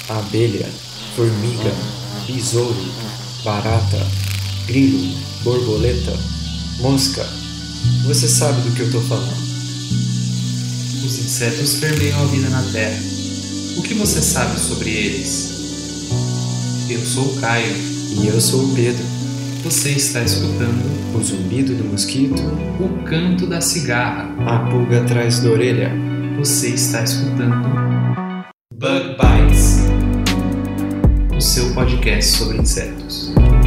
abelha, formiga, besouro, barata, grilo, borboleta, mosca. Você sabe do que eu tô falando. Os insetos permeiam a vida na Terra. O que você sabe sobre eles? Eu sou o Caio. E eu sou o Pedro. Você está escutando O zumbido do mosquito, o canto da cigarra. a pulga atrás da orelha. Você está escutando Bug Bites, o seu podcast sobre insetos.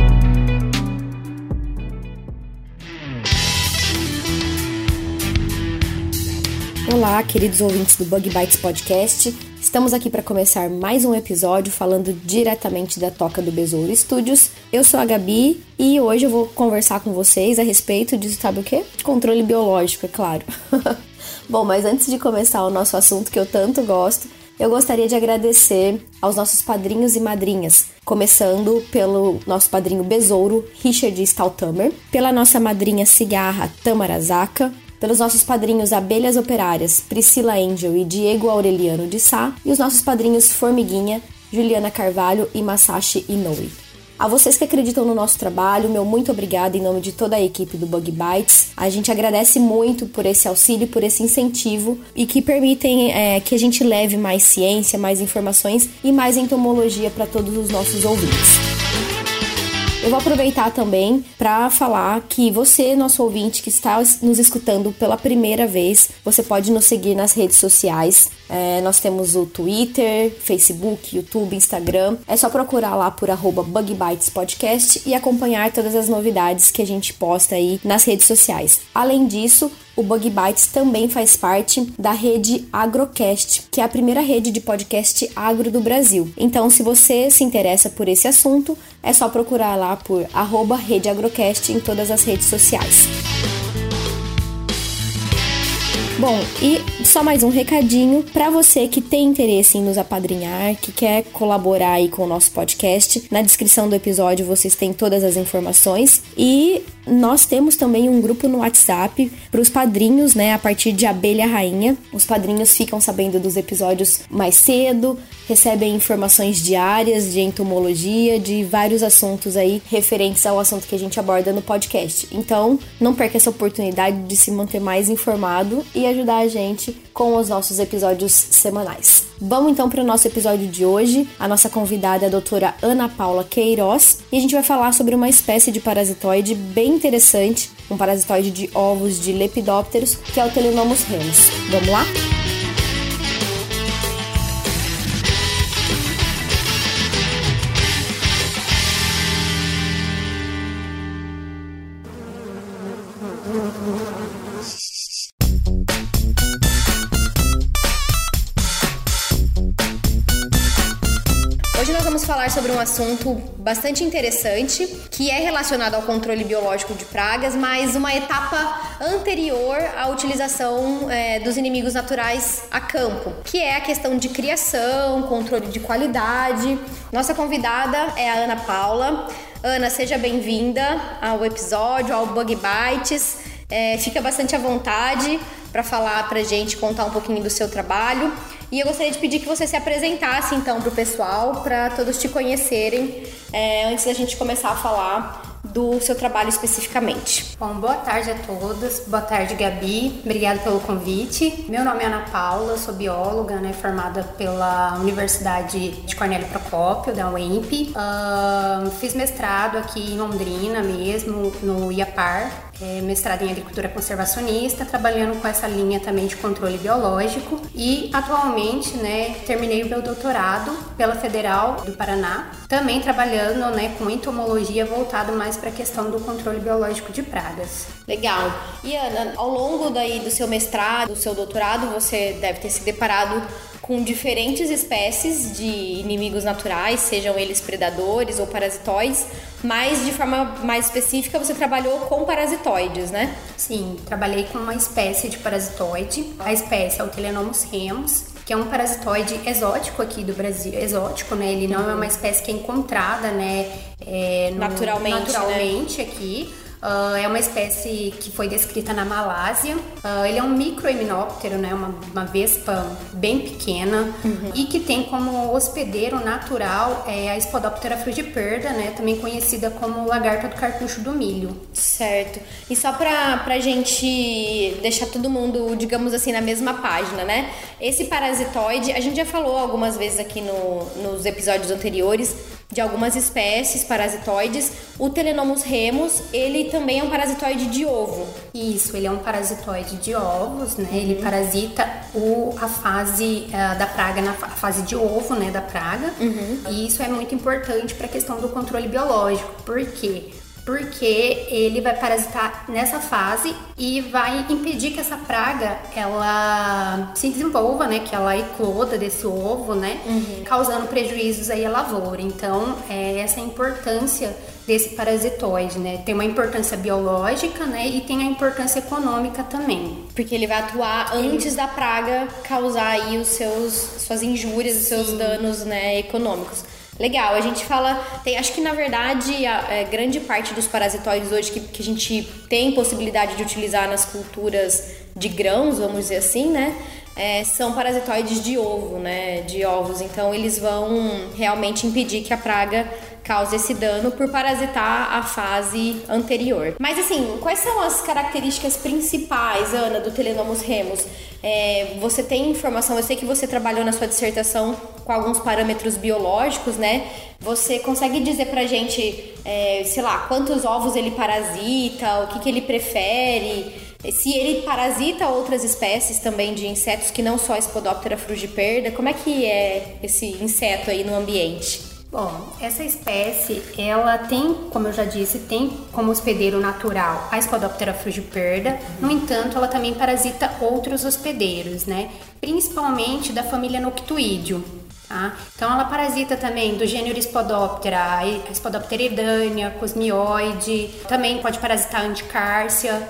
Olá, queridos ouvintes do Bug Bites Podcast. Estamos aqui para começar mais um episódio falando diretamente da Toca do Besouro Studios. Eu sou a Gabi e hoje eu vou conversar com vocês a respeito de, sabe o quê? Controle biológico, é claro. Bom, mas antes de começar o nosso assunto que eu tanto gosto, eu gostaria de agradecer aos nossos padrinhos e madrinhas, começando pelo nosso padrinho Besouro, Richard Staltamer, pela nossa madrinha Cigarra, Tamara Zaka, pelos nossos padrinhos Abelhas Operárias, Priscila Angel e Diego Aureliano de Sá, e os nossos padrinhos Formiguinha, Juliana Carvalho e Masashi Inoue. A vocês que acreditam no nosso trabalho, meu muito obrigada em nome de toda a equipe do Bug Bites. A gente agradece muito por esse auxílio, por esse incentivo e que permitem que a gente leve mais ciência, mais informações e mais entomologia para todos os nossos ouvintes. Eu vou aproveitar também para falar que você, nosso ouvinte que está nos escutando pela primeira vez, você pode nos seguir nas redes sociais. Nós temos o Twitter, Facebook, YouTube, Instagram. É só procurar lá por @BugBitesPodcast e acompanhar todas as novidades que a gente posta aí nas redes sociais. Além disso, o Bug Bites também faz parte da rede Agrocast, que é a primeira rede de podcast agro do Brasil. Então, se você se interessa por esse assunto, é só procurar lá por @redeagrocast em todas as redes sociais. Bom, e só mais um recadinho para você que tem interesse em nos apadrinhar, que quer colaborar aí com o nosso podcast. Na descrição do episódio vocês têm todas as informações e nós temos também um grupo no WhatsApp para os padrinhos, né, a partir de Abelha Rainha. Os padrinhos ficam sabendo dos episódios mais cedo, recebem informações diárias de entomologia, de vários assuntos aí referentes ao assunto que a gente aborda no podcast. Então, não perca essa oportunidade de se manter mais informado e ajudar a gente com os nossos episódios semanais. Vamos então para o nosso episódio de hoje. A nossa convidada é a doutora Ana Paula Queiroz e a gente vai falar sobre uma espécie de parasitoide bem interessante, um parasitoide de ovos de lepidópteros, que é o Telenomus remus. Vamos lá? Hoje nós vamos falar sobre um assunto bastante interessante, que é relacionado ao controle biológico de pragas, mas uma etapa anterior à utilização dos inimigos naturais a campo, que é a questão de criação, controle de qualidade. Nossa convidada é a Ana Paula. Ana, seja bem-vinda ao episódio, ao Bug Bites. Fica bastante à vontade para falar pra gente, contar um pouquinho do seu trabalho. E eu gostaria de pedir que você se apresentasse então para o pessoal, para todos te conhecerem, antes da gente começar a falar do seu trabalho especificamente. Bom, boa tarde a todas, boa tarde Gabi, obrigada pelo convite. Meu nome é Ana Paula, sou bióloga, formada pela Universidade de Cornélio Procópio, da UEMP. Fiz mestrado aqui em Londrina mesmo, no IAPAR, mestrado em agricultura conservacionista, trabalhando com essa linha também de controle biológico e atualmente, terminei o meu doutorado pela Federal do Paraná, também trabalhando, com entomologia voltado mais para a questão do controle biológico de pragas. Legal. E Ana, ao longo do seu mestrado, do seu doutorado, você deve ter se deparado com diferentes espécies de inimigos naturais, sejam eles predadores ou parasitoides, mas de forma mais específica você trabalhou com parasitoides, né? Sim, trabalhei com uma espécie de parasitoide. A espécie é o Telenomus remus, que é um parasitoide exótico aqui do Brasil. Exótico, Ele não é uma espécie que é encontrada, naturalmente né? Aqui. É uma espécie que foi descrita na Malásia. Ele é um microhimenóptero, né? Uma vespa bem pequena e que tem como hospedeiro natural a Spodoptera frugiperda, né? Também conhecida como lagarta do cartucho do milho. Certo. E só pra gente deixar todo mundo, digamos assim, na mesma página, né? Esse parasitoide, a gente já falou algumas vezes aqui nos episódios anteriores de algumas espécies parasitoides. O Telenomus remus, ele também é um parasitoide de ovo. Isso, ele é um parasitoide de ovos, né? Ele parasita a fase da praga, na fase de ovo, né, da praga. E isso é muito importante para a questão do controle biológico. Por quê? Porque ele vai parasitar nessa fase e vai impedir que essa praga ela se desenvolva, né, que ela ecloda desse ovo, né, causando prejuízos aí à lavoura. Então, essa é a importância desse parasitoide, né? Tem uma importância biológica, né, e tem a importância econômica também. Porque ele vai atuar antes da praga causar aí suas injúrias, os seus danos, né, econômicos. Legal, a gente fala, acho que na verdade a grande parte dos parasitoides hoje que a gente tem possibilidade de utilizar nas culturas de grãos, vamos dizer assim, né, são parasitoides de ovo, né, de ovos, então eles vão realmente impedir que a praga cause esse dano por parasitar a fase anterior. Mas assim, quais são as características principais, Ana, do Telenomus remus? Você tem informação, eu sei que você trabalhou na sua dissertação com alguns parâmetros biológicos, né? Você consegue dizer pra gente, sei lá, quantos ovos ele parasita, o que ele prefere, se ele parasita outras espécies também de insetos que não só a Spodoptera frugiperda, como é que é esse inseto aí no ambiente? Bom, essa espécie, ela tem, como eu já disse, tem como hospedeiro natural a Spodoptera frugiperda. No entanto, ela também parasita outros hospedeiros, né? Principalmente da família Noctuídeo. Tá? Então ela parasita também do gênero Spodoptera, a Spodoptera edânia, Cosmioide, também pode parasitar a Anticárcia.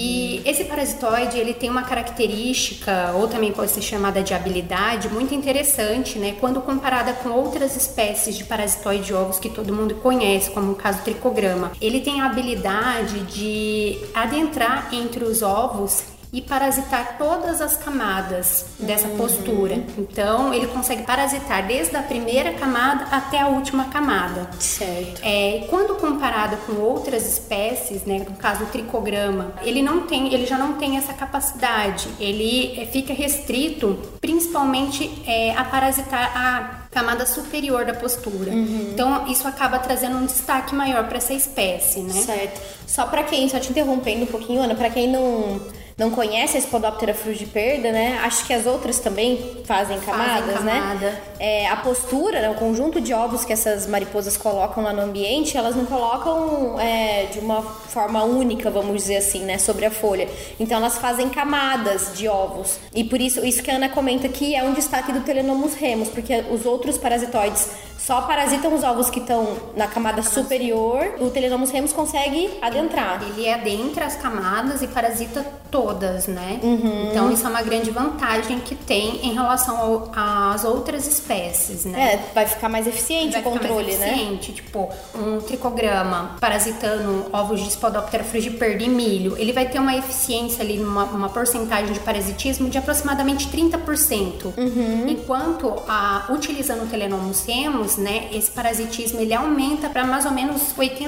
E esse parasitoide, ele tem uma característica, ou também pode ser chamada de habilidade, muito interessante, né? Quando comparada com outras espécies de parasitoide de ovos que todo mundo conhece, como o caso do tricograma. Ele tem a habilidade de adentrar entre os ovos e parasitar todas as camadas dessa postura. Então, ele consegue parasitar desde a primeira camada até a última camada. Certo. Quando comparado com outras espécies, né, no caso do tricograma, ele já não tem essa capacidade. Ele fica restrito, principalmente a parasitar a camada superior da postura. Então, isso acaba trazendo um destaque maior para essa espécie, né? Certo. Só te interrompendo um pouquinho, Ana, para quem não conhece a Spodoptera frugiperda, né? Acho que as outras também fazem camadas, né? A postura, né? O conjunto de ovos que essas mariposas colocam lá no ambiente, elas não colocam de uma forma única, vamos dizer assim, né? Sobre a folha. Então elas fazem camadas de ovos. E por isso que a Ana comenta que é um destaque do Telenomus remus, porque os outros parasitoides só parasitam os ovos que estão na camada superior. O Telenomus remus consegue adentrar. Ele adentra as camadas e parasita todas, né? Então isso é uma grande vantagem que tem em relação às outras espécies, né? Vai ficar mais eficiente o controle, né? Tipo, um tricograma parasitando ovos de Spodoptera frugiperda e milho, ele vai ter uma eficiência ali, uma porcentagem de parasitismo de aproximadamente 30%. Enquanto utilizando o Telenomus remus, né, esse parasitismo ele aumenta para mais ou menos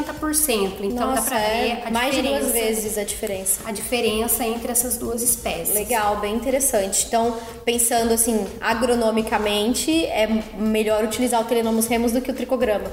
80%. Então Nossa, dá para ver mais de 2 vezes a diferença. A diferença entre essas duas espécies. Legal, bem interessante. Então, pensando assim, agronomicamente, é melhor utilizar o Telenomus remus do que o tricograma?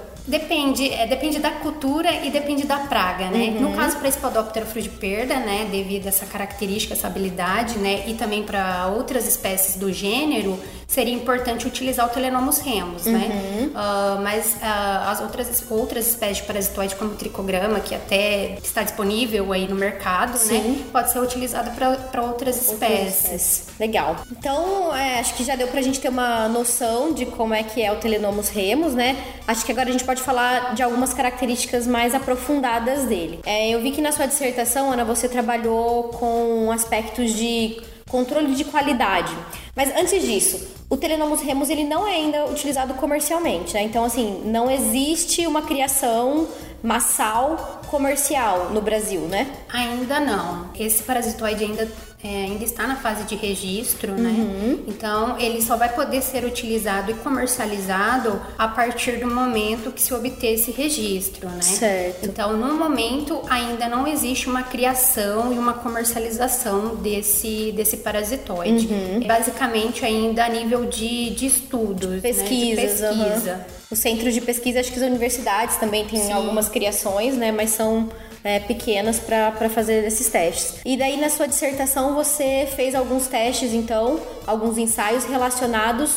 Depende da cultura e depende da praga, né? No caso para Spodoptera frugiperda, né, devido a essa característica, essa habilidade, né, e também para outras espécies do gênero, seria importante utilizar o Telenomus remus, né? Mas as outras espécies de parasitoide, como o tricograma, que até está disponível aí no mercado, né, pode ser utilizado para outras espécies. Legal. Então, acho que já deu pra gente ter uma noção de como é que é o Telenomus remus, né? Acho que agora a gente pode falar de algumas características mais aprofundadas dele. Eu vi que na sua dissertação, Ana, você trabalhou com aspectos de controle de qualidade. Mas antes disso, o Telenomus remus ele não é ainda utilizado comercialmente, né? Então, assim, não existe uma criação massal comercial no Brasil, né? Ainda não. Esse parasitoide ainda está na fase de registro, né? Então, ele só vai poder ser utilizado e comercializado a partir do momento que se obter esse registro, né? Certo. Então, no momento, ainda não existe uma criação e uma comercialização desse parasitoide. Basicamente, ainda a nível de estudos, pesquisas, né? De pesquisa. O centro de pesquisa, acho que as universidades também têm algumas criações, né? Mas são pequenas para fazer esses testes. E daí na sua dissertação você fez alguns testes, então, alguns ensaios relacionados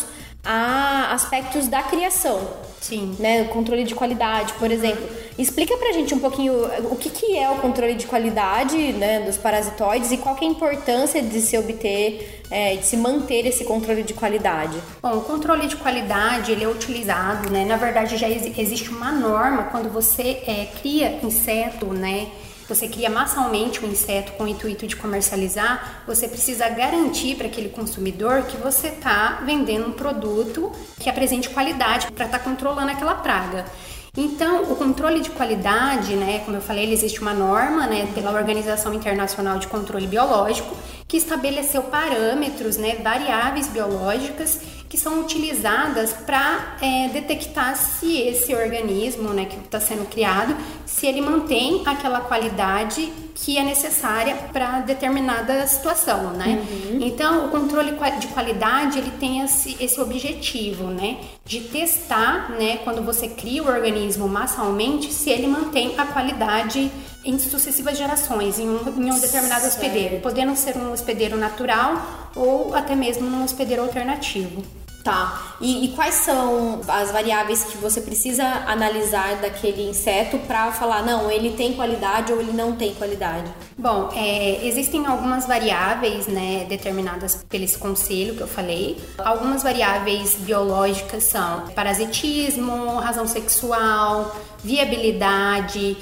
a aspectos da criação. Sim. Né? O controle de qualidade, por exemplo. Explica pra gente um pouquinho o que é o controle de qualidade, né, dos parasitoides e qual que é a importância de se obter, de se manter esse controle de qualidade. Bom, o controle de qualidade, ele é utilizado, né? Na verdade, já existe uma norma quando você cria inseto, né? Você cria massalmente um inseto com o intuito de comercializar, você precisa garantir para aquele consumidor que você está vendendo um produto que apresente qualidade para estar controlando aquela praga. Então, o controle de qualidade, né, como eu falei, existe uma norma, né, pela Organização Internacional de Controle Biológico, que estabeleceu parâmetros, né, variáveis biológicas que são utilizadas para detectar se esse organismo, né, que está sendo criado, se ele mantém aquela qualidade que é necessária para determinada situação, né? Então, o controle de qualidade, ele tem esse objetivo, né, de testar, né, quando você cria o organismo massalmente, se ele mantém a qualidade em sucessivas gerações, em um determinado hospedeiro, podendo ser um hospedeiro natural ou até mesmo um hospedeiro alternativo. Tá. E quais são as variáveis que você precisa analisar daquele inseto para falar, não, ele tem qualidade ou ele não tem qualidade? Bom, existem algumas variáveis, né, determinadas pelo esse conselho que eu falei. Algumas variáveis biológicas são parasitismo, razão sexual, viabilidade,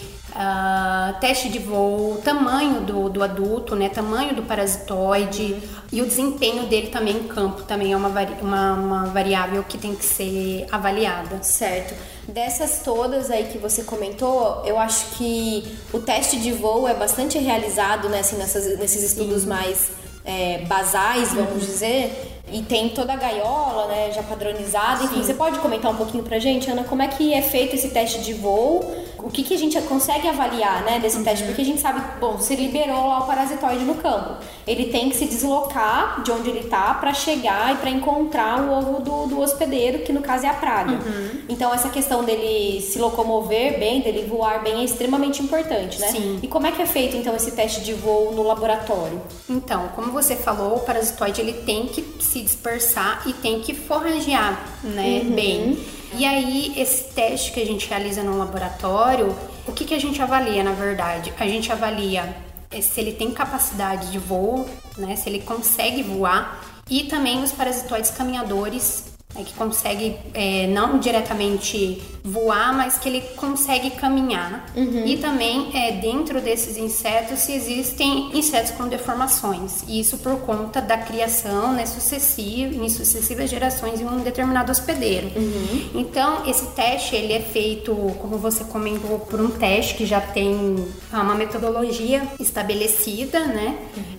teste de voo, tamanho do adulto, né, tamanho do parasitoide e o desempenho dele também em campo, também é uma variável que tem que ser avaliada. Certo. Dessas todas aí que você comentou, eu acho que o teste de voo é bastante realizado, né, assim, nesses estudos mais basais, vamos dizer, e tem toda a gaiola, né, já padronizada. Enfim, você pode comentar um pouquinho pra gente, Ana, como é que é feito esse teste de voo? O que a gente consegue avaliar, né, desse teste? Porque a gente sabe, bom, se liberou lá o parasitoide no campo, ele tem que se deslocar de onde ele tá para chegar e para encontrar o ovo do hospedeiro, que no caso é a praga. Então essa questão dele se locomover bem, dele voar bem, é extremamente importante, né? Sim. E como é que é feito então esse teste de voo no laboratório? Então, como você falou, o parasitoide ele tem que se dispersar e tem que forragear, né, bem. E aí, esse teste que a gente realiza no laboratório, o que a gente avalia, na verdade? A gente avalia se ele tem capacidade de voo, né, se ele consegue voar, e também os parasitoides caminhadores, que consegue não diretamente voar, mas que ele consegue caminhar. E também dentro desses insetos se existem insetos com deformações, e isso por conta da criação, né, em sucessivas gerações em um determinado hospedeiro. Então esse teste ele é feito, como você comentou, por um teste que já tem uma metodologia estabelecida, né?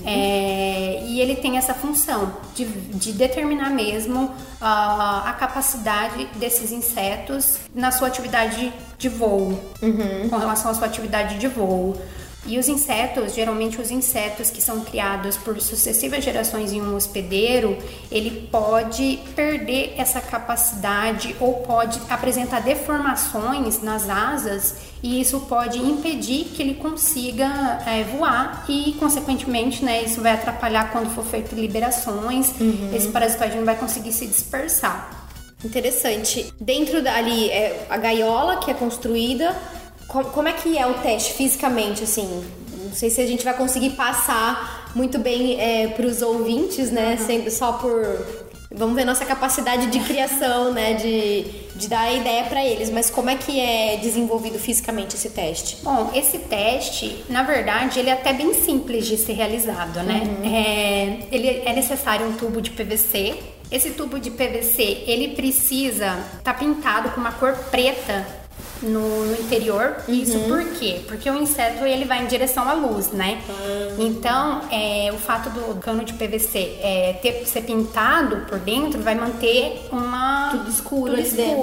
E ele tem essa função de determinar mesmo a capacidade desses insetos na sua atividade de voo, com relação à sua atividade de voo. E os insetos, geralmente os insetos que são criados por sucessivas gerações em um hospedeiro, ele pode perder essa capacidade ou pode apresentar deformações nas asas, e isso pode impedir que ele consiga voar e, consequentemente, né, isso vai atrapalhar quando for feito liberações, esse parasitoide não vai conseguir se dispersar. Interessante. Dentro dali a gaiola que é construída. Como é que é o teste fisicamente, assim? Não sei se a gente vai conseguir passar muito bem para os ouvintes, né? Sendo só por... Vamos ver nossa capacidade de criação, né? De dar a ideia para eles. Mas como é que é desenvolvido fisicamente esse teste? Bom, esse teste, na verdade, ele é até bem simples de ser realizado, né? Ele é necessário um tubo de PVC. Esse tubo de PVC, ele precisa estar pintado com uma cor preta, no interior. Isso por quê? Porque o inseto ele vai em direção à luz, né? Então, o fato do cano de PVC ser pintado por dentro vai manter tudo escuro.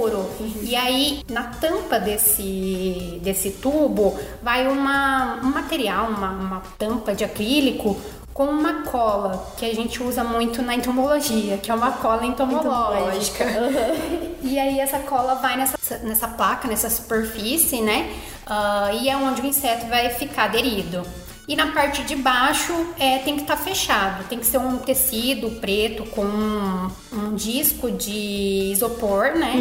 E aí, na tampa desse tubo, vai um material, uma tampa de acrílico com uma cola que a gente usa muito na entomologia, que é uma cola entomológica. E aí essa cola vai nessa placa, nessa superfície, né? E é onde o inseto vai ficar aderido. E na parte de baixo tem que estar fechado, tem que ser um tecido preto com um disco de isopor, né?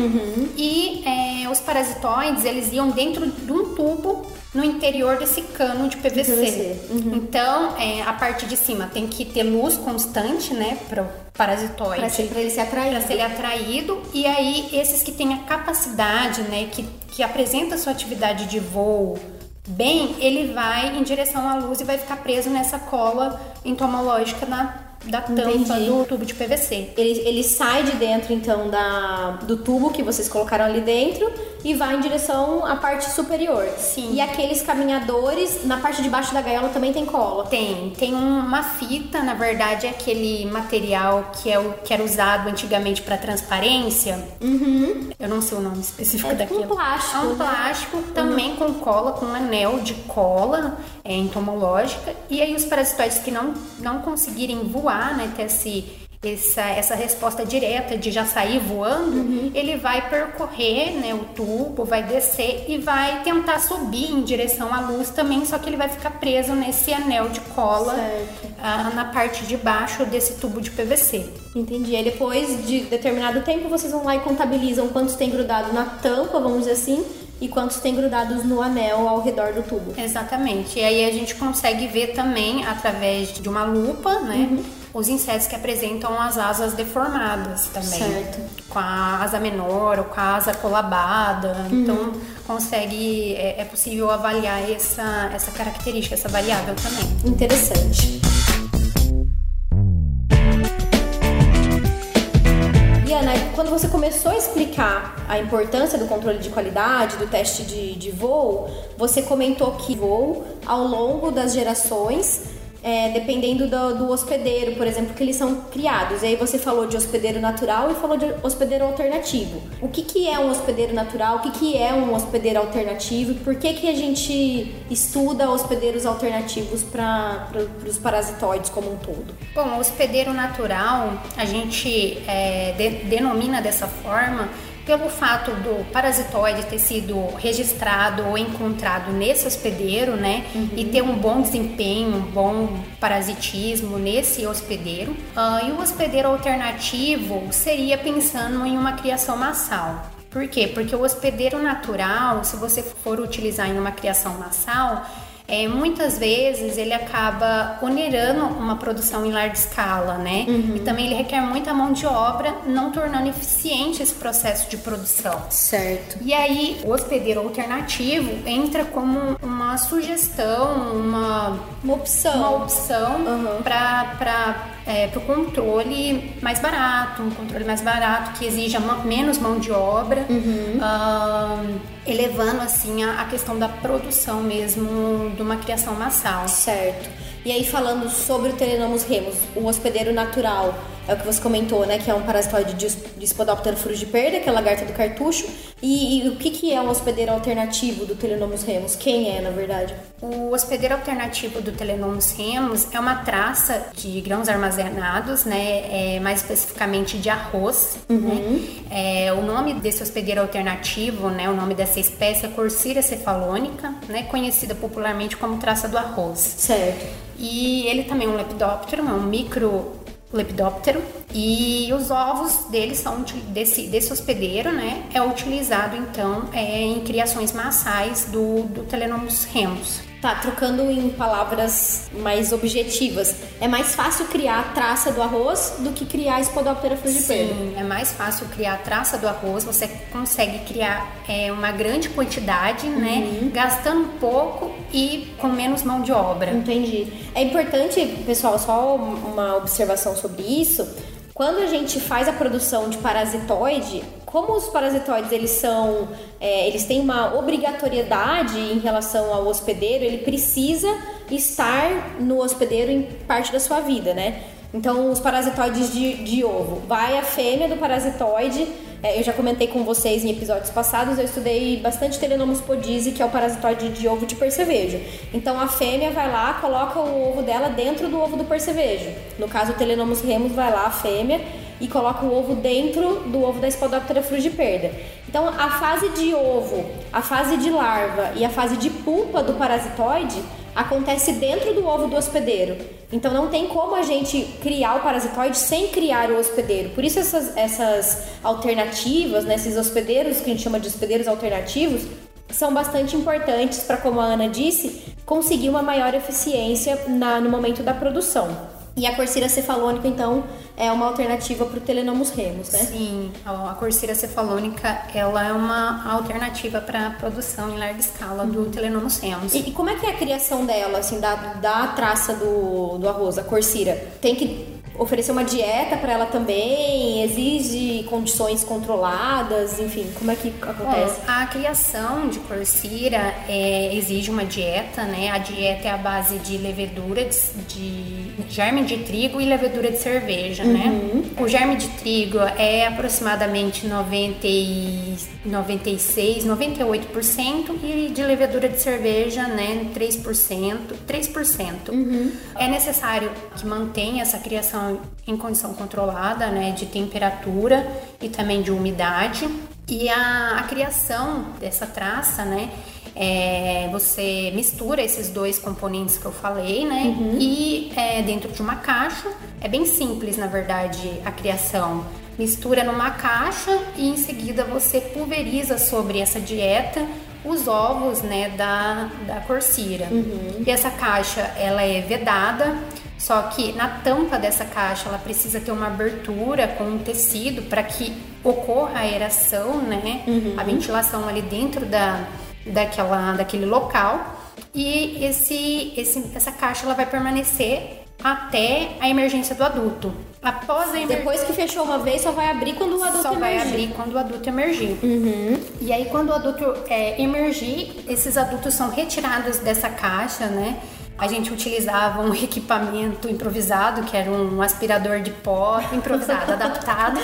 E os parasitoides, eles iam dentro de um tubo no interior desse cano de PVC. Então, a parte de cima tem que ter luz constante, né, para o parasitoide. Para ele ser atraído. Para ser atraído. E aí, esses que têm a capacidade, né, que apresenta sua atividade de voo bem, ele vai em direção à luz e vai ficar preso nessa cola entomológica da tampa do tubo de PVC. Ele sai de dentro, então, do tubo que vocês colocaram ali dentro e vai em direção à parte superior. Sim. E aqueles caminhadores, na parte de baixo da gaiola também tem cola? Tem uma fita, na verdade, é aquele material que era usado antigamente para transparência. Eu não sei o nome específico daquilo. É um plástico. É um plástico, também com cola, com um anel de cola entomológica. E aí os parasitoides que não conseguirem voar, né, ter essa resposta direta de já sair voando, ele vai percorrer, né, o tubo, vai descer e vai tentar subir em direção à luz também, só que ele vai ficar preso nesse anel de cola na parte de baixo desse tubo de PVC. Entendi. Aí depois de determinado tempo vocês vão lá e contabilizam quantos tem grudado na tampa, vamos dizer assim, e quantos tem grudados no anel ao redor do tubo. Exatamente. E aí a gente consegue ver também, através de uma lupa, né, os insetos que apresentam as asas deformadas também. Certo. Com a asa menor ou com a asa colabada. Então, é possível avaliar essa característica, essa variável também. Interessante. E Ana, quando você começou a explicar a importância do controle de qualidade, do teste de voo, você comentou que voo ao longo das gerações, dependendo do hospedeiro, por exemplo, que eles são criados. E aí você falou de hospedeiro natural e falou de hospedeiro alternativo. O que é um hospedeiro natural? O que é um hospedeiro alternativo? Por que a gente estuda hospedeiros alternativos para os parasitoides como um todo? Bom, o hospedeiro natural, a gente denomina dessa forma pelo fato do parasitoide ter sido registrado ou encontrado nesse hospedeiro, né? E ter um bom desempenho, um bom parasitismo nesse hospedeiro. E o hospedeiro alternativo seria pensando em uma criação massal. Por quê? Porque o hospedeiro natural, se você for utilizar em uma criação massal, muitas vezes ele acaba onerando uma produção em larga escala, né? E também ele requer muita mão de obra, não tornando eficiente esse processo de produção. Certo. E aí o hospedeiro alternativo entra como uma sugestão, uma opção para o controle mais barato, que exija menos mão de obra, elevando assim a questão da produção mesmo de uma criação massal. Certo. E aí, falando sobre o Telenomus remus, o hospedeiro natural, é o que você comentou, né? Que é um parasitoide de Spodoptera frugiperda, que é a lagarta do cartucho. E o que é um hospedeiro alternativo do Telenomus remus? Quem é, na verdade? O hospedeiro alternativo do Telenomus remus é uma traça de grãos armazenados, né? Mais especificamente de arroz. Né? O nome desse hospedeiro alternativo, né? O nome dessa espécie é Courcira cephalônica, né? Conhecida popularmente como traça do arroz. Certo. E ele também é um lepidóptero, é um microlepidóptero, e os ovos dele são desse hospedeiro, né? É utilizado então em criações massais do Telenomus remus. Tá, trocando em palavras mais objetivas, é mais fácil criar a traça do arroz do que criar a Spodoptera frugiperda? Sim, é mais fácil criar a traça do arroz, você consegue criar uma grande quantidade, né, gastando pouco e com menos mão de obra. Entendi. É importante, pessoal, só uma observação sobre isso. quando a gente faz a produção de parasitoide, como os parasitoides eles têm uma obrigatoriedade em relação ao hospedeiro, ele precisa estar no hospedeiro em parte da sua vida, né? Então, os parasitoides de ovo, vai a fêmea do parasitoide. Eu já comentei com vocês em episódios passados, eu estudei bastante Telenomus podise, que é o parasitoide de ovo de percevejo. Então, a fêmea vai lá, coloca o ovo dela dentro do ovo do percevejo. No caso, o Telenomus remus vai lá, a fêmea, e coloca o ovo dentro do ovo da Spodoptera frugiperda. Então, a fase de ovo, a fase de larva e a fase de pupa do parasitoide acontece dentro do ovo do hospedeiro. Então não tem como a gente criar o parasitoide sem criar o hospedeiro. Por isso essas alternativas, né, esses hospedeiros que a gente chama de hospedeiros alternativos, são bastante importantes para, como a Ana disse, conseguir uma maior eficiência no momento da produção. E a Corsira cefalônica, então, é uma alternativa para o Telenomus remus, né? Sim, a Corsira cefalônica, ela é uma alternativa para a produção em larga escala do Telenomus remus. E como é que é a criação dela, assim, da traça do arroz, a Corsira? Tem que oferecer uma dieta para ela também? Exige condições controladas? Enfim, como é que acontece? Bom, a criação de Corsira exige uma dieta, né? A dieta é a base de levedura, de germe de trigo e levedura de cerveja, né? O germe de trigo é aproximadamente 96, 98% e de levedura de cerveja, né? 3%. É necessário que mantenha essa criação em condição controlada, né, de temperatura e também de umidade. E a criação dessa traça, né, você mistura esses dois componentes que eu falei, né, e dentro de uma caixa. É bem simples, na verdade, a criação. Mistura numa caixa e em seguida você pulveriza sobre essa dieta os ovos, né, da Corsira. E essa caixa, ela é vedada. Só que na tampa dessa caixa ela precisa ter uma abertura com um tecido para que ocorra a aeração, né? A ventilação ali dentro daquele local. E essa caixa ela vai permanecer até a emergência do adulto. Depois que fechou uma vez, só vai abrir quando o adulto emergir. Só vai abrir quando o adulto emergir. E aí quando o adulto emergir, esses adultos são retirados dessa caixa, né? A gente utilizava um equipamento improvisado, que era um aspirador de pó improvisado, adaptado.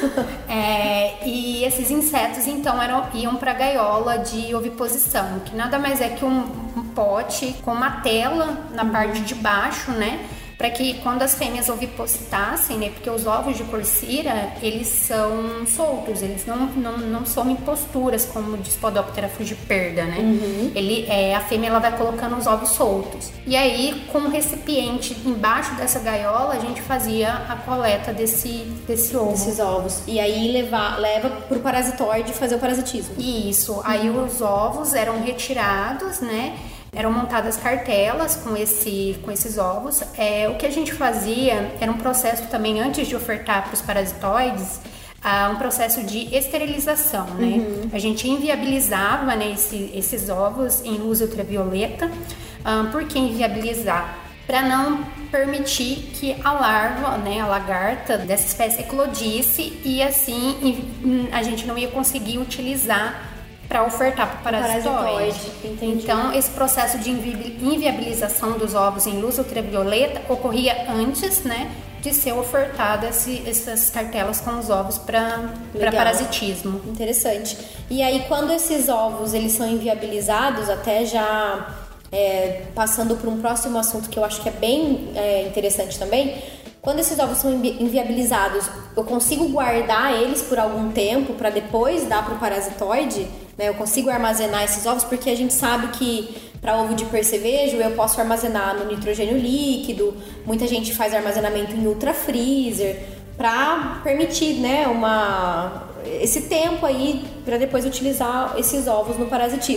E esses insetos, então, iam para a gaiola de oviposição, que nada mais é que um pote com uma tela na parte de baixo, né? Para que quando as fêmeas ovipositassem, né? Porque os ovos de Corsira, eles são soltos, eles não são em posturas como de Spodoptera frugiperda, né? A fêmea ela vai colocando os ovos soltos. E aí, com um recipiente embaixo dessa gaiola, a gente fazia a coleta desse ovo. Desses ovos. E aí leva pro parasitoide fazer o parasitismo. Isso. Aí os ovos eram retirados, né? Eram montadas cartelas com esses ovos. O que a gente fazia era um processo também, antes de ofertar para os parasitoides, um processo de esterilização, né? A gente inviabilizava, né, esses ovos em luz ultravioleta. Por que inviabilizar? Para não permitir que a larva, né, a lagarta dessa espécie eclodisse e assim a gente não ia conseguir utilizar para ofertar para o parasitoide. Então, esse processo de inviabilização dos ovos em luz ultravioleta ocorria antes, né, de ser ofertada essas cartelas com os ovos para parasitismo. Interessante. E aí, quando esses ovos eles são inviabilizados, até já passando para um próximo assunto que eu acho que é bem interessante também, quando esses ovos são inviabilizados, eu consigo guardar eles por algum tempo para depois dar para o parasitoide? Né? Eu consigo armazenar esses ovos porque a gente sabe que para ovo de percevejo eu posso armazenar no nitrogênio líquido, muita gente faz armazenamento em ultra freezer para permitir, né, esse tempo aí para depois utilizar esses ovos no parasitismo.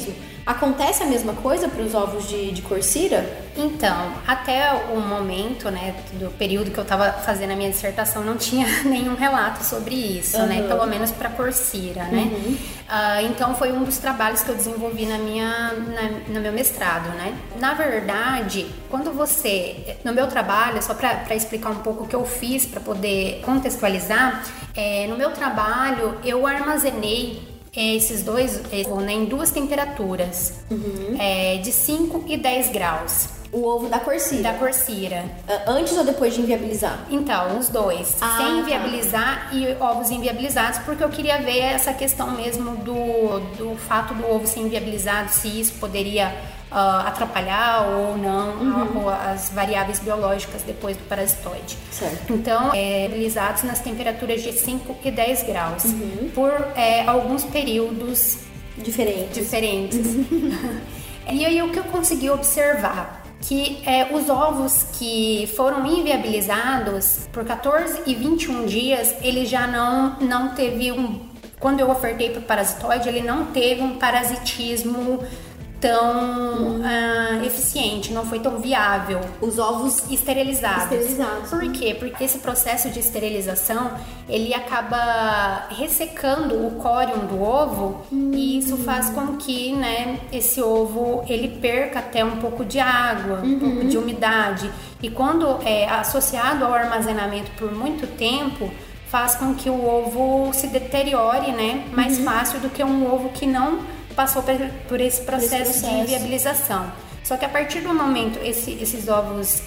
Acontece a mesma coisa para os ovos de Corsira? Então, até o momento, né, do período que eu estava fazendo a minha dissertação, não tinha nenhum relato sobre isso, né, pelo menos para Corsira, né. Então, foi um dos trabalhos que eu desenvolvi no meu mestrado, né. Na verdade, quando no meu trabalho, só para explicar um pouco o que eu fiz para poder contextualizar, no meu trabalho eu armazenei esses dois em duas temperaturas, de 5 e 10 graus. O ovo da Corsira? Da Corsira. Antes ou depois de inviabilizar? Então, os dois. Sem inviabilizar e ovos inviabilizados, porque eu queria ver essa questão mesmo do fato do ovo ser inviabilizado, se isso poderia atrapalhar ou não as variáveis biológicas depois do parasitoide. Certo. Então, viabilizados nas temperaturas de 5 e 10 graus, por alguns períodos diferentes. E aí, o que eu consegui observar? Que os ovos que foram inviabilizados por 14 e 21 dias, ele já não teve quando eu ofertei para o parasitoide, ele não teve um parasitismo tão eficiente, não foi tão viável. Os ovos esterilizados. Por quê? Porque esse processo de esterilização, ele acaba ressecando o córium do ovo e isso faz com que, né, esse ovo ele perca até um pouco de água, um pouco de umidade. E quando é associado ao armazenamento por muito tempo, faz com que o ovo se deteriore, né, mais fácil do que um ovo que não passou por esse processo de inviabilização. Só que a partir do momento, esses ovos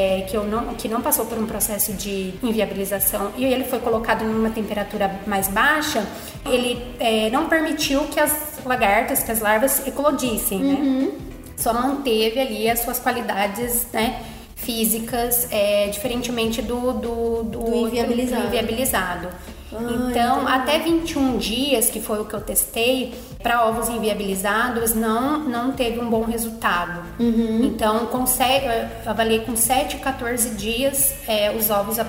que não passou por um processo de inviabilização e ele foi colocado em uma temperatura mais baixa, ele não permitiu que as lagartas, que as larvas eclodissem, né? Só manteve ali as suas qualidades, né, físicas, diferentemente do inviabilizado. Então, até 21 dias, que foi o que eu testei, para ovos inviabilizados, não teve um bom resultado. Então, eu avaliei com 7 e 14 dias, os ovos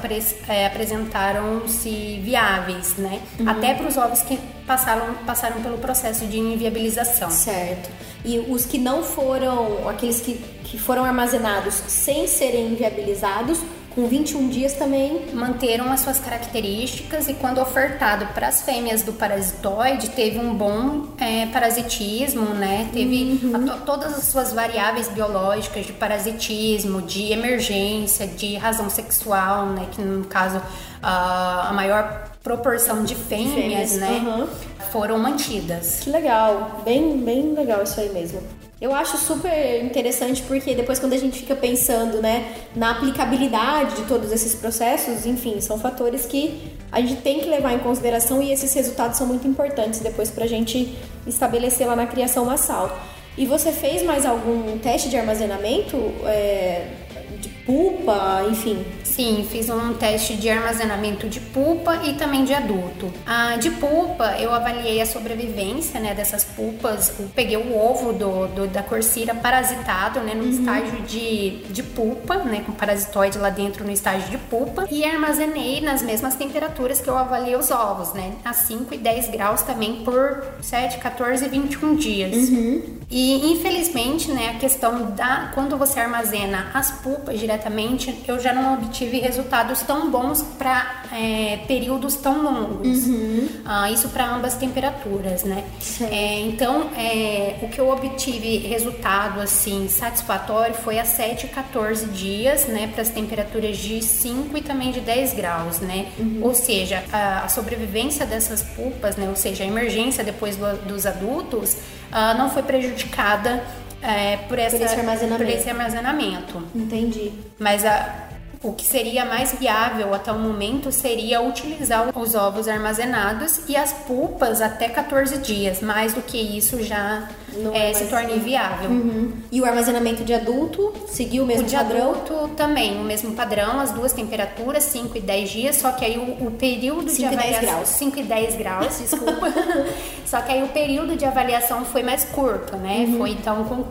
apresentaram-se viáveis, né? Até para os ovos que passaram pelo processo de inviabilização. Certo. E os que não foram, aqueles que foram armazenados sem serem inviabilizados, com 21 dias também manteram as suas características e quando ofertado para as fêmeas do parasitoide teve um bom parasitismo, né? Teve todas as suas variáveis biológicas de parasitismo, de emergência, de razão sexual, né? Que no caso a maior proporção de fêmeas, né? Foram mantidas. Que legal, bem legal isso aí mesmo. Eu acho super interessante porque depois quando a gente fica pensando, né, na aplicabilidade de todos esses processos, enfim, são fatores que a gente tem que levar em consideração e esses resultados são muito importantes depois pra gente estabelecer lá na criação massal. E você fez mais algum teste de armazenamento, de pupa, enfim? Sim, fiz um teste de armazenamento de pupa e também de adulto. De pupa, eu avaliei a sobrevivência, né, dessas pupas. Eu peguei o ovo da Corsira parasitado, né, no estágio de pupa, né, com parasitoide lá dentro no estágio de pupa. E armazenei nas mesmas temperaturas que eu avaliei os ovos, né, a 5 e 10 graus também por 7, 14 e 21 dias. E infelizmente, né, a questão quando você armazena as pupas diretamente, eu já não obtive resultados tão bons para períodos tão longos. Isso para ambas temperaturas, né? Então, o que eu obtive resultado assim satisfatório foi a 7 e 14 dias, né, para as temperaturas de 5 e também de 10 graus, né? Ou seja, a sobrevivência dessas pupas, né, ou seja, a emergência depois dos adultos, não foi prejudicada por esse armazenamento. Entendi. Mas o que seria mais viável até o momento seria utilizar os ovos armazenados e as pupas até 14 dias. Mais do que isso já se torna inviável. E o armazenamento de adulto seguiu o mesmo padrão? O de adulto também, o mesmo padrão, as duas temperaturas, 5 e 10 dias, só que aí o período de avaliação... 5 e 10 graus, desculpa. Só que aí o período de avaliação foi mais curto, né? Foi então com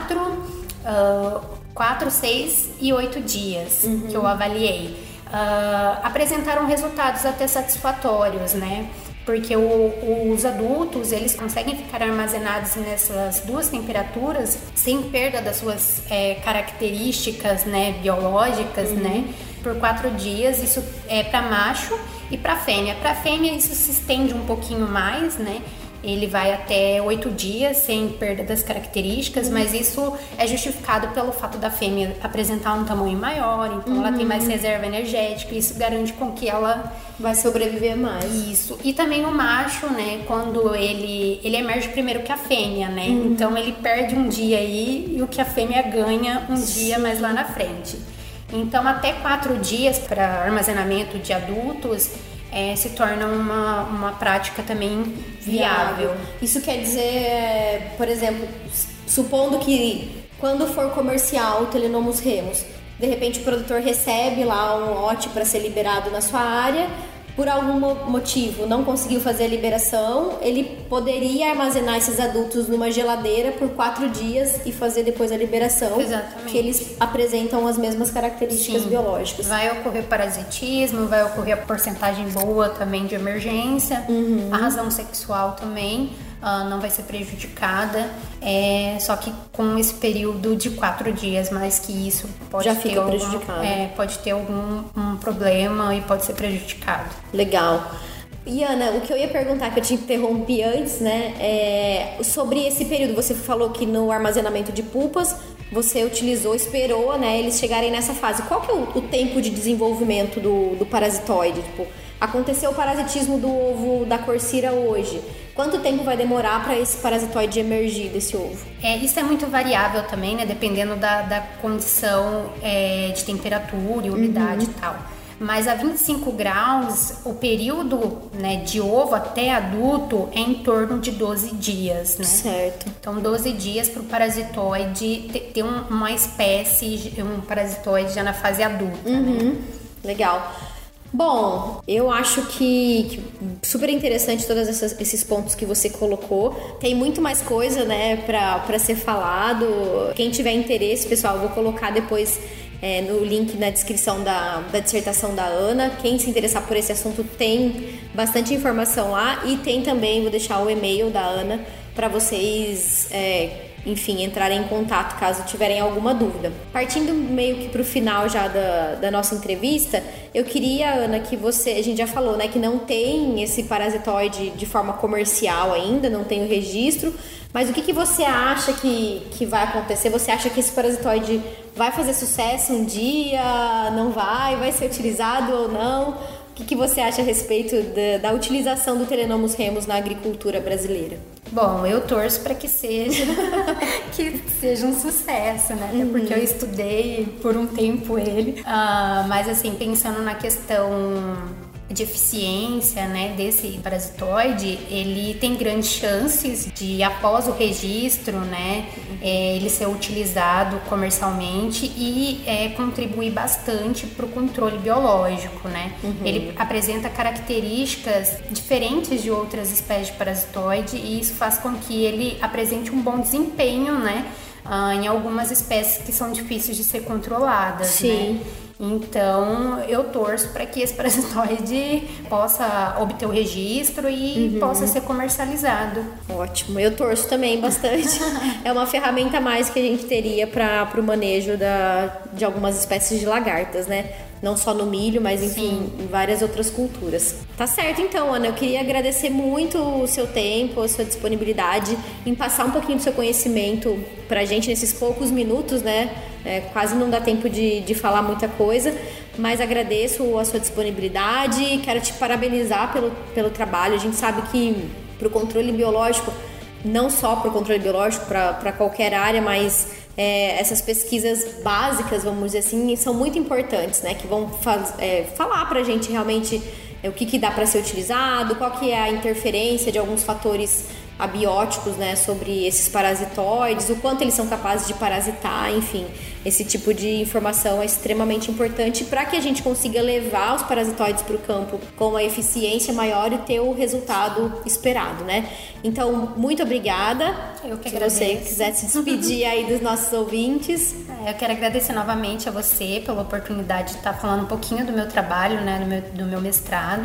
4, 6 e 8 dias que eu avaliei. Apresentaram resultados até satisfatórios, né? porque os adultos, eles conseguem ficar armazenados nessas duas temperaturas sem perda das suas características, né, biológicas, né, por 4 dias. Isso é para macho e para fêmea. Para fêmea isso se estende um pouquinho mais, né? Ele vai até 8 dias sem perda das características, mas isso é justificado pelo fato da fêmea apresentar um tamanho maior, então ela tem mais reserva energética, e isso garante com que ela vai sobreviver mais. Isso. E também o macho, né, quando ele emerge primeiro que a fêmea, né? Então ele perde um dia aí e o que a fêmea ganha um dia mais lá na frente. Então até 4 dias para armazenamento de adultos se torna uma prática também viável. Isso quer dizer, por exemplo, supondo que quando for comercial o Telenomus remus, de repente o produtor recebe lá um lote para ser liberado na sua área, por algum motivo não conseguiu fazer a liberação, ele poderia armazenar esses adultos numa geladeira por 4 dias e fazer depois a liberação. Exatamente. Que eles apresentam as mesmas características biológicas. Vai ocorrer parasitismo, vai ocorrer a porcentagem boa também de emergência, a razão sexual também não vai ser prejudicada, só que com esse período de 4 dias, mais que isso pode já ter fica prejudicado. Pode ter algum problema e pode ser prejudicado. Legal. E Ana, o que eu ia perguntar, que eu te interrompi antes, né, sobre esse período. Você falou que no armazenamento de pupas você esperou, né, eles chegarem nessa fase. Qual que é o tempo de desenvolvimento do parasitoide? Tipo, aconteceu o parasitismo do ovo da Corsira hoje. Quanto tempo vai demorar para esse parasitoide emergir desse ovo? Isso é muito variável também, né? Dependendo da condição de temperatura e umidade e tal. Mas a 25 graus, o período, né, de ovo até adulto é em torno de 12 dias, né? Certo. Então, 12 dias para o parasitoide ter uma espécie, um parasitoide já na fase adulta, né? Legal. Bom, eu acho que super interessante todos esses pontos que você colocou. Tem muito mais coisa, né, pra ser falado. Quem tiver interesse, pessoal, eu vou colocar depois no link na descrição da dissertação da Ana. Quem se interessar por esse assunto tem bastante informação lá. E tem também, vou deixar o e-mail da Ana para vocês enfim, entrarem em contato caso tiverem alguma dúvida. Partindo meio que pro final já da nossa entrevista, eu queria, Ana, que a gente já falou, né, que não tem esse parasitoide de forma comercial ainda, não tem o registro, mas o que você acha que vai acontecer? Você acha que esse parasitoide vai fazer sucesso um dia, não vai ser utilizado ou não? O que você acha a respeito da utilização do Telenomus remus na agricultura brasileira? Bom, eu torço para que seja um sucesso, né? Até porque eu estudei por um tempo ele. Mas assim, pensando na questão de eficiência, né, desse parasitoide, ele tem grandes chances de, após o registro, né, ele ser utilizado comercialmente e contribuir bastante para o controle biológico, né? Ele apresenta características diferentes de outras espécies de parasitoide e isso faz com que ele apresente um bom desempenho, né, em algumas espécies que são difíceis de ser controladas. Sim. Né? Então, eu torço para que esse parasitoide possa obter o registro e possa ser comercializado. Ótimo, eu torço também bastante. É uma ferramenta a mais que a gente teria para o manejo de algumas espécies de lagartas, né? Não só no milho, mas enfim, em várias outras culturas. Tá certo então, Ana, eu queria agradecer muito o seu tempo, a sua disponibilidade em passar um pouquinho do seu conhecimento pra gente nesses poucos minutos, né? Quase não dá tempo de falar muita coisa, mas agradeço a sua disponibilidade, quero te parabenizar pelo trabalho. A gente sabe que pro controle biológico, não só pro controle biológico, para qualquer área, mas essas pesquisas básicas, vamos dizer assim, são muito importantes, né? Que vão falar pra gente realmente o que dá para ser utilizado, qual que é a interferência de alguns fatores abióticos, né, sobre esses parasitoides, o quanto eles são capazes de parasitar, enfim, esse tipo de informação é extremamente importante para que a gente consiga levar os parasitoides para o campo com uma eficiência maior e ter o resultado esperado, né? Então, muito obrigada. Eu que agradeço. Se você quiser se despedir aí dos nossos ouvintes. Eu quero agradecer novamente a você pela oportunidade de estar falando um pouquinho do meu trabalho, né, do meu mestrado.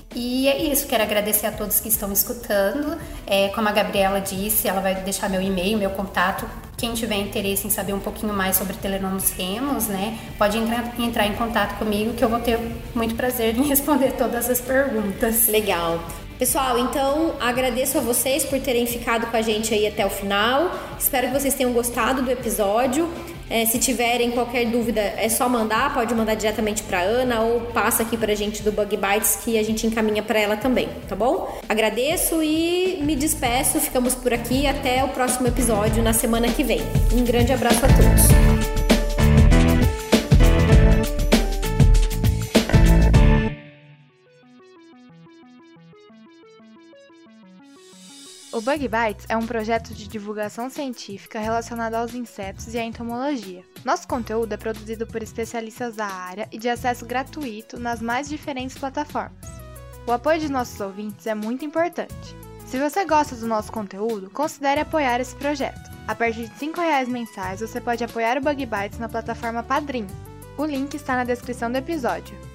E é isso, quero agradecer a todos que estão escutando. Como a Gabriela disse, ela vai deixar meu e-mail, meu contato. Quem tiver interesse em saber um pouquinho mais sobre Telenomes Remus, né, pode entrar em contato comigo, que eu vou ter muito prazer em responder todas as perguntas. Legal. Pessoal, então agradeço a vocês por terem ficado com a gente aí até o final. Espero que vocês tenham gostado do episódio. Se tiverem qualquer dúvida, é só mandar, pode mandar diretamente para Ana ou passa aqui pra gente do Bug Bites que a gente encaminha para ela também, tá bom? Agradeço e me despeço, ficamos por aqui até o próximo episódio na semana que vem. Um grande abraço a todos. O Bug Bites é um projeto de divulgação científica relacionado aos insetos e à entomologia. Nosso conteúdo é produzido por especialistas da área e de acesso gratuito nas mais diferentes plataformas. O apoio de nossos ouvintes é muito importante. Se você gosta do nosso conteúdo, considere apoiar esse projeto. A partir de R$5 mensais, você pode apoiar o Bug Bites na plataforma Padrim. O link está na descrição do episódio.